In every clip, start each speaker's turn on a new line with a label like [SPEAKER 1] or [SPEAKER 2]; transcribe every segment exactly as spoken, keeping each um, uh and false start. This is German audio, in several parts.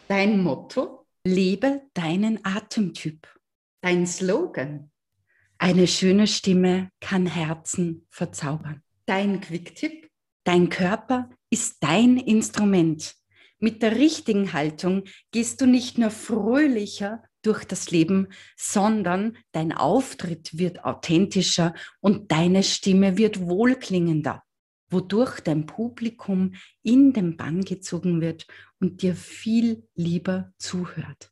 [SPEAKER 1] Dein Motto: Lebe deinen Atemtyp. Dein Slogan: Eine schöne Stimme kann Herzen verzaubern. Dein Quick-Tipp: Dein Körper ist dein Instrument. Mit der richtigen Haltung gehst du nicht nur fröhlicher durch das Leben, sondern dein Auftritt wird authentischer und deine Stimme wird wohlklingender, wodurch dein Publikum in den Bann gezogen wird und dir viel lieber zuhört.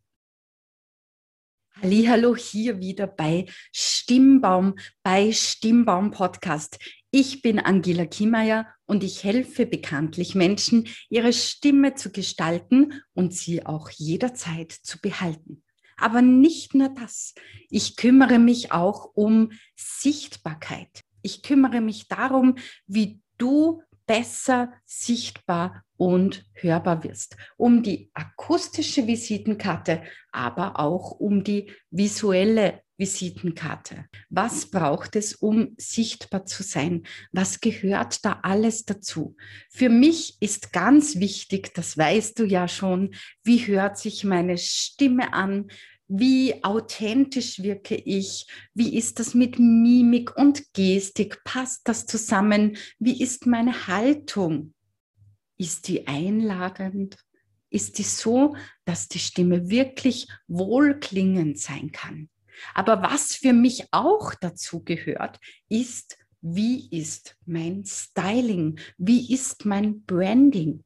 [SPEAKER 1] Hallihallo, hier wieder bei Stimmbaum, bei Stimmbaum Podcast. Ich bin Angela Kiemeier und ich helfe bekanntlich Menschen, ihre Stimme zu gestalten und sie auch jederzeit zu behalten. Aber nicht nur das. Ich kümmere mich auch um Sichtbarkeit. Ich kümmere mich darum, wie du besser sichtbar und hörbar wirst, um die akustische Visitenkarte, aber auch um die visuelle Visitenkarte. Was braucht es, um sichtbar zu sein? Was gehört da alles dazu? Für mich ist ganz wichtig, das weißt du ja schon, wie hört sich meine Stimme an? Wie authentisch wirke ich? Wie ist das mit Mimik und Gestik? Passt das zusammen? Wie ist meine Haltung? Ist die einladend? Ist die so, dass die Stimme wirklich wohlklingend sein kann? Aber was für mich auch dazu gehört, ist, wie ist mein Styling? Wie ist mein Branding?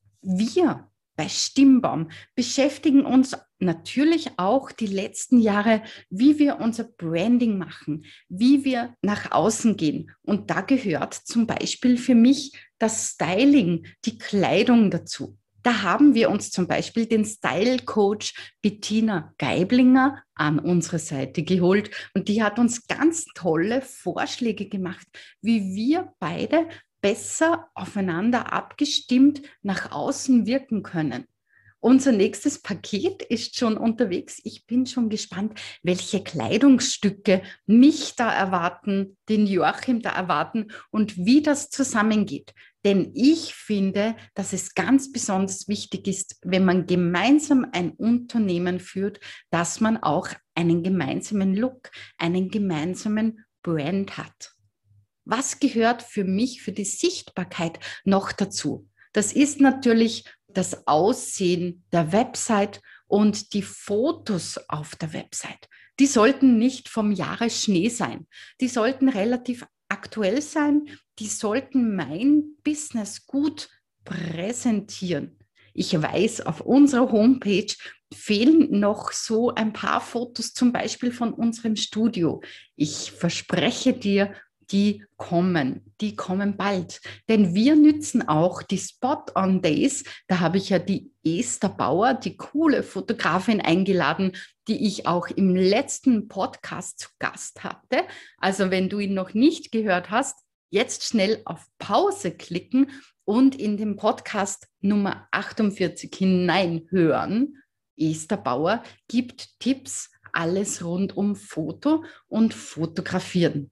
[SPEAKER 1] Wir bei Stimmbaum beschäftigen uns natürlich auch die letzten Jahre, wie wir unser Branding machen, wie wir nach außen gehen. Und da gehört zum Beispiel für mich das Styling, die Kleidung dazu. Da haben wir uns zum Beispiel den Style-Coach Bettina Geiblinger an unsere Seite geholt und die hat uns ganz tolle Vorschläge gemacht, wie wir beide besser aufeinander abgestimmt nach außen wirken können. Unser nächstes Paket ist schon unterwegs. Ich bin schon gespannt, welche Kleidungsstücke mich da erwarten, den Joachim da erwarten und wie das zusammengeht. Denn ich finde, dass es ganz besonders wichtig ist, wenn man gemeinsam ein Unternehmen führt, dass man auch einen gemeinsamen Look, einen gemeinsamen Brand hat. Was gehört für mich, für die Sichtbarkeit noch dazu? Das ist natürlich das Aussehen der Website und die Fotos auf der Website. Die sollten nicht vom Jahresschnee sein. Die sollten relativ aktuell sein. Die sollten mein Business gut präsentieren. Ich weiß, auf unserer Homepage fehlen noch so ein paar Fotos, zum Beispiel von unserem Studio. Ich verspreche dir, die kommen, die kommen bald. Denn wir nützen auch die Spot-on-Days. Da habe ich ja die Esther Bauer, die coole Fotografin, eingeladen, die ich auch im letzten Podcast zu Gast hatte. Also wenn du ihn noch nicht gehört hast, jetzt schnell auf Pause klicken und in den Podcast Nummer achtundvierzig hineinhören. Esther Bauer gibt Tipps, alles rund um Foto und Fotografieren.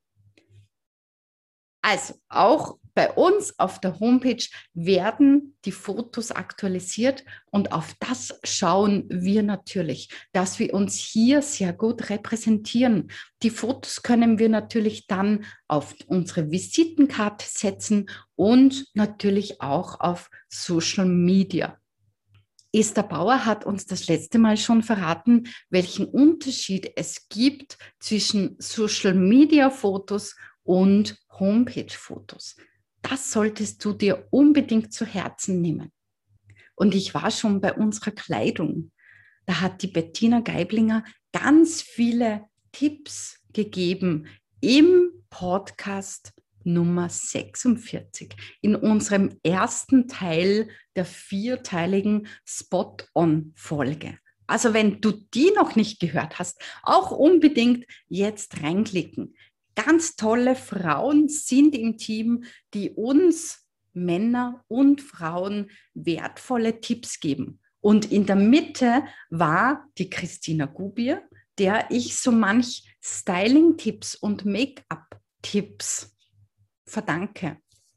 [SPEAKER 1] Also auch bei uns auf der Homepage werden die Fotos aktualisiert und auf das schauen wir natürlich, dass wir uns hier sehr gut repräsentieren. Die Fotos können wir natürlich dann auf unsere Visitenkarte setzen und natürlich auch auf Social Media. Esther Bauer hat uns das letzte Mal schon verraten, welchen Unterschied es gibt zwischen Social Media Fotos und Homepage-Fotos. Das solltest du dir unbedingt zu Herzen nehmen. Und ich war schon bei unserer Kleidung. Da hat die Bettina Geiblinger ganz viele Tipps gegeben im Podcast Nummer sechsundvierzig, in unserem ersten Teil der vierteiligen Spot-on-Folge. Also wenn du die noch nicht gehört hast, auch unbedingt jetzt reinklicken. Ganz tolle Frauen sind im Team, die uns Männer und Frauen wertvolle Tipps geben. Und in der Mitte war die Christina Gubier, der ich so manch Styling-Tipps und Make-up-Tipps verdanke.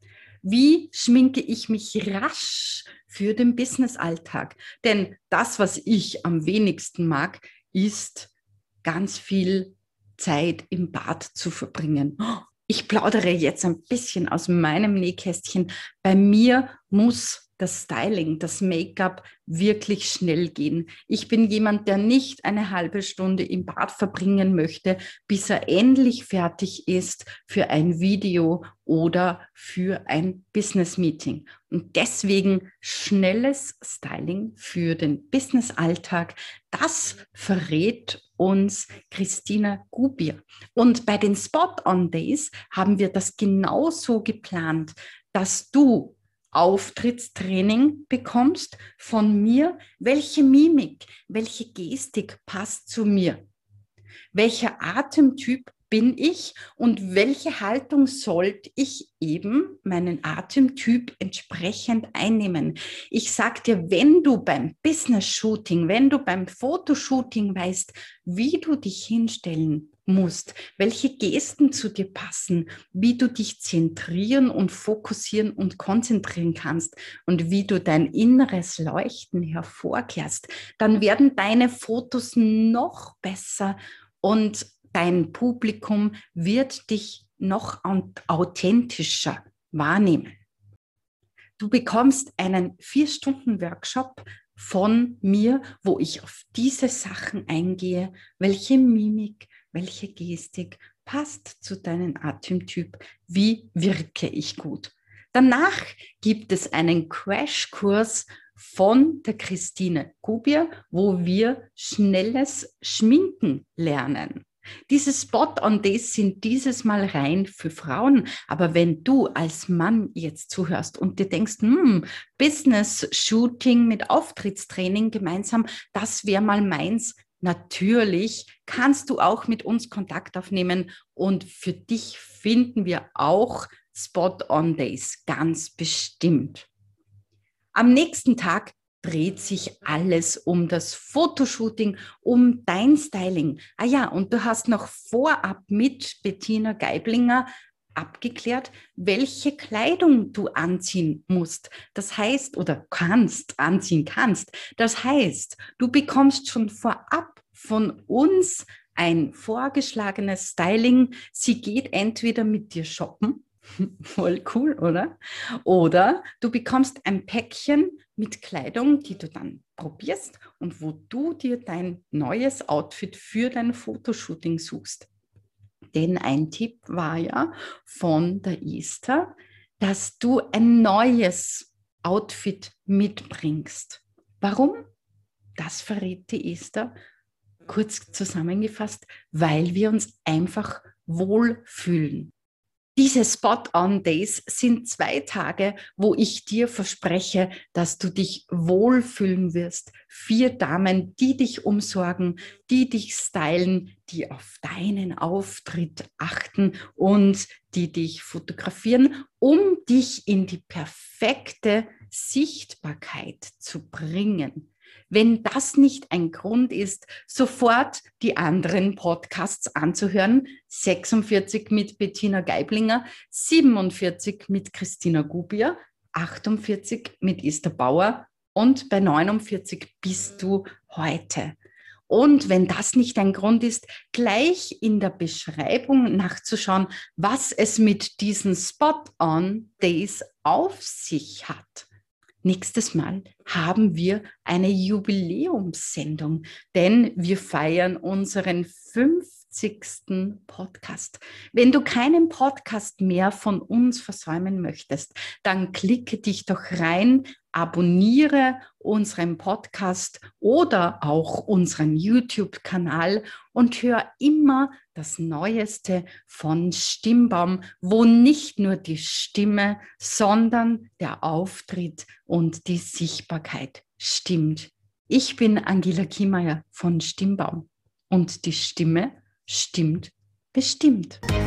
[SPEAKER 1] Wie schminke ich mich rasch für den Business-Alltag? Denn das, was ich am wenigsten mag, ist ganz viel Zeit im Bad zu verbringen. Ich plaudere jetzt ein bisschen aus meinem Nähkästchen. Bei mir muss das Styling, das Make-up wirklich schnell gehen. Ich bin jemand, der nicht eine halbe Stunde im Bad verbringen möchte, bis er endlich fertig ist für ein Video oder für ein Business-Meeting. Und deswegen schnelles Styling für den Business-Alltag, das verrät uns Christina Gubier. Und bei den Spot-on-Days haben wir das genauso geplant, dass du Auftrittstraining bekommst von mir. Welche Mimik, welche Gestik passt zu mir? Welcher Atemtyp bin ich und welche Haltung sollte ich eben meinen Atemtyp entsprechend einnehmen? Ich sage dir, wenn du beim Business-Shooting, wenn du beim Fotoshooting weißt, wie du dich hinstellen musst, welche Gesten zu dir passen, wie du dich zentrieren und fokussieren und konzentrieren kannst und wie du dein inneres Leuchten hervorkehrst, dann werden deine Fotos noch besser und dein Publikum wird dich noch authentischer wahrnehmen. Du bekommst einen vier-Stunden-Workshop von mir, wo ich auf diese Sachen eingehe, welche Mimik, welche Gestik passt zu deinem Atemtyp, wie wirke ich gut. Danach gibt es einen Crashkurs von der Christine Gubier, wo wir schnelles Schminken lernen. Diese Spot-on-Days sind dieses Mal rein für Frauen, aber wenn du als Mann jetzt zuhörst und dir denkst, hm, Business-Shooting mit Auftrittstraining gemeinsam, das wäre mal meins, natürlich kannst du auch mit uns Kontakt aufnehmen und für dich finden wir auch Spot-on-Days, ganz bestimmt. Am nächsten Tag dreht sich alles um das Fotoshooting, um dein Styling. Ah ja, und du hast noch vorab mit Bettina Geiblinger abgeklärt, welche Kleidung du anziehen musst. Das heißt, oder kannst, anziehen kannst. Das heißt, du bekommst schon vorab von uns ein vorgeschlagenes Styling. Sie geht entweder mit dir shoppen, voll cool, oder? Oder du bekommst ein Päckchen mit Kleidung, die du dann probierst und wo du dir dein neues Outfit für dein Fotoshooting suchst. Denn ein Tipp war ja von der Esther, dass du ein neues Outfit mitbringst. Warum? Das verrät die Esther kurz zusammengefasst, weil wir uns einfach wohlfühlen. Diese Spot-on-Days sind zwei Tage, wo ich dir verspreche, dass du dich wohlfühlen wirst. Vier Damen, die dich umsorgen, die dich stylen, die auf deinen Auftritt achten und die dich fotografieren, um dich in die perfekte Sichtbarkeit zu bringen. Wenn das nicht ein Grund ist, sofort die anderen Podcasts anzuhören, sechsundvierzig mit Bettina Geiblinger, siebenundvierzig mit Christina Gubier, achtundvierzig mit Esther Bauer und bei neunundvierzig bist du heute. Und wenn das nicht ein Grund ist, gleich in der Beschreibung nachzuschauen, was es mit diesen Spot-on-Days auf sich hat. Nächstes Mal haben wir eine Jubiläumssendung, denn wir feiern unseren fünfzigsten Podcast. Wenn du keinen Podcast mehr von uns versäumen möchtest, dann klicke dich doch rein, abonniere unseren Podcast oder auch unseren YouTube-Kanal und hör immer das Neueste von Stimmbaum, wo nicht nur die Stimme, sondern der Auftritt und die Sichtbarkeit stimmt. Ich bin Angela Kiemeier von Stimmbaum und die Stimme stimmt bestimmt.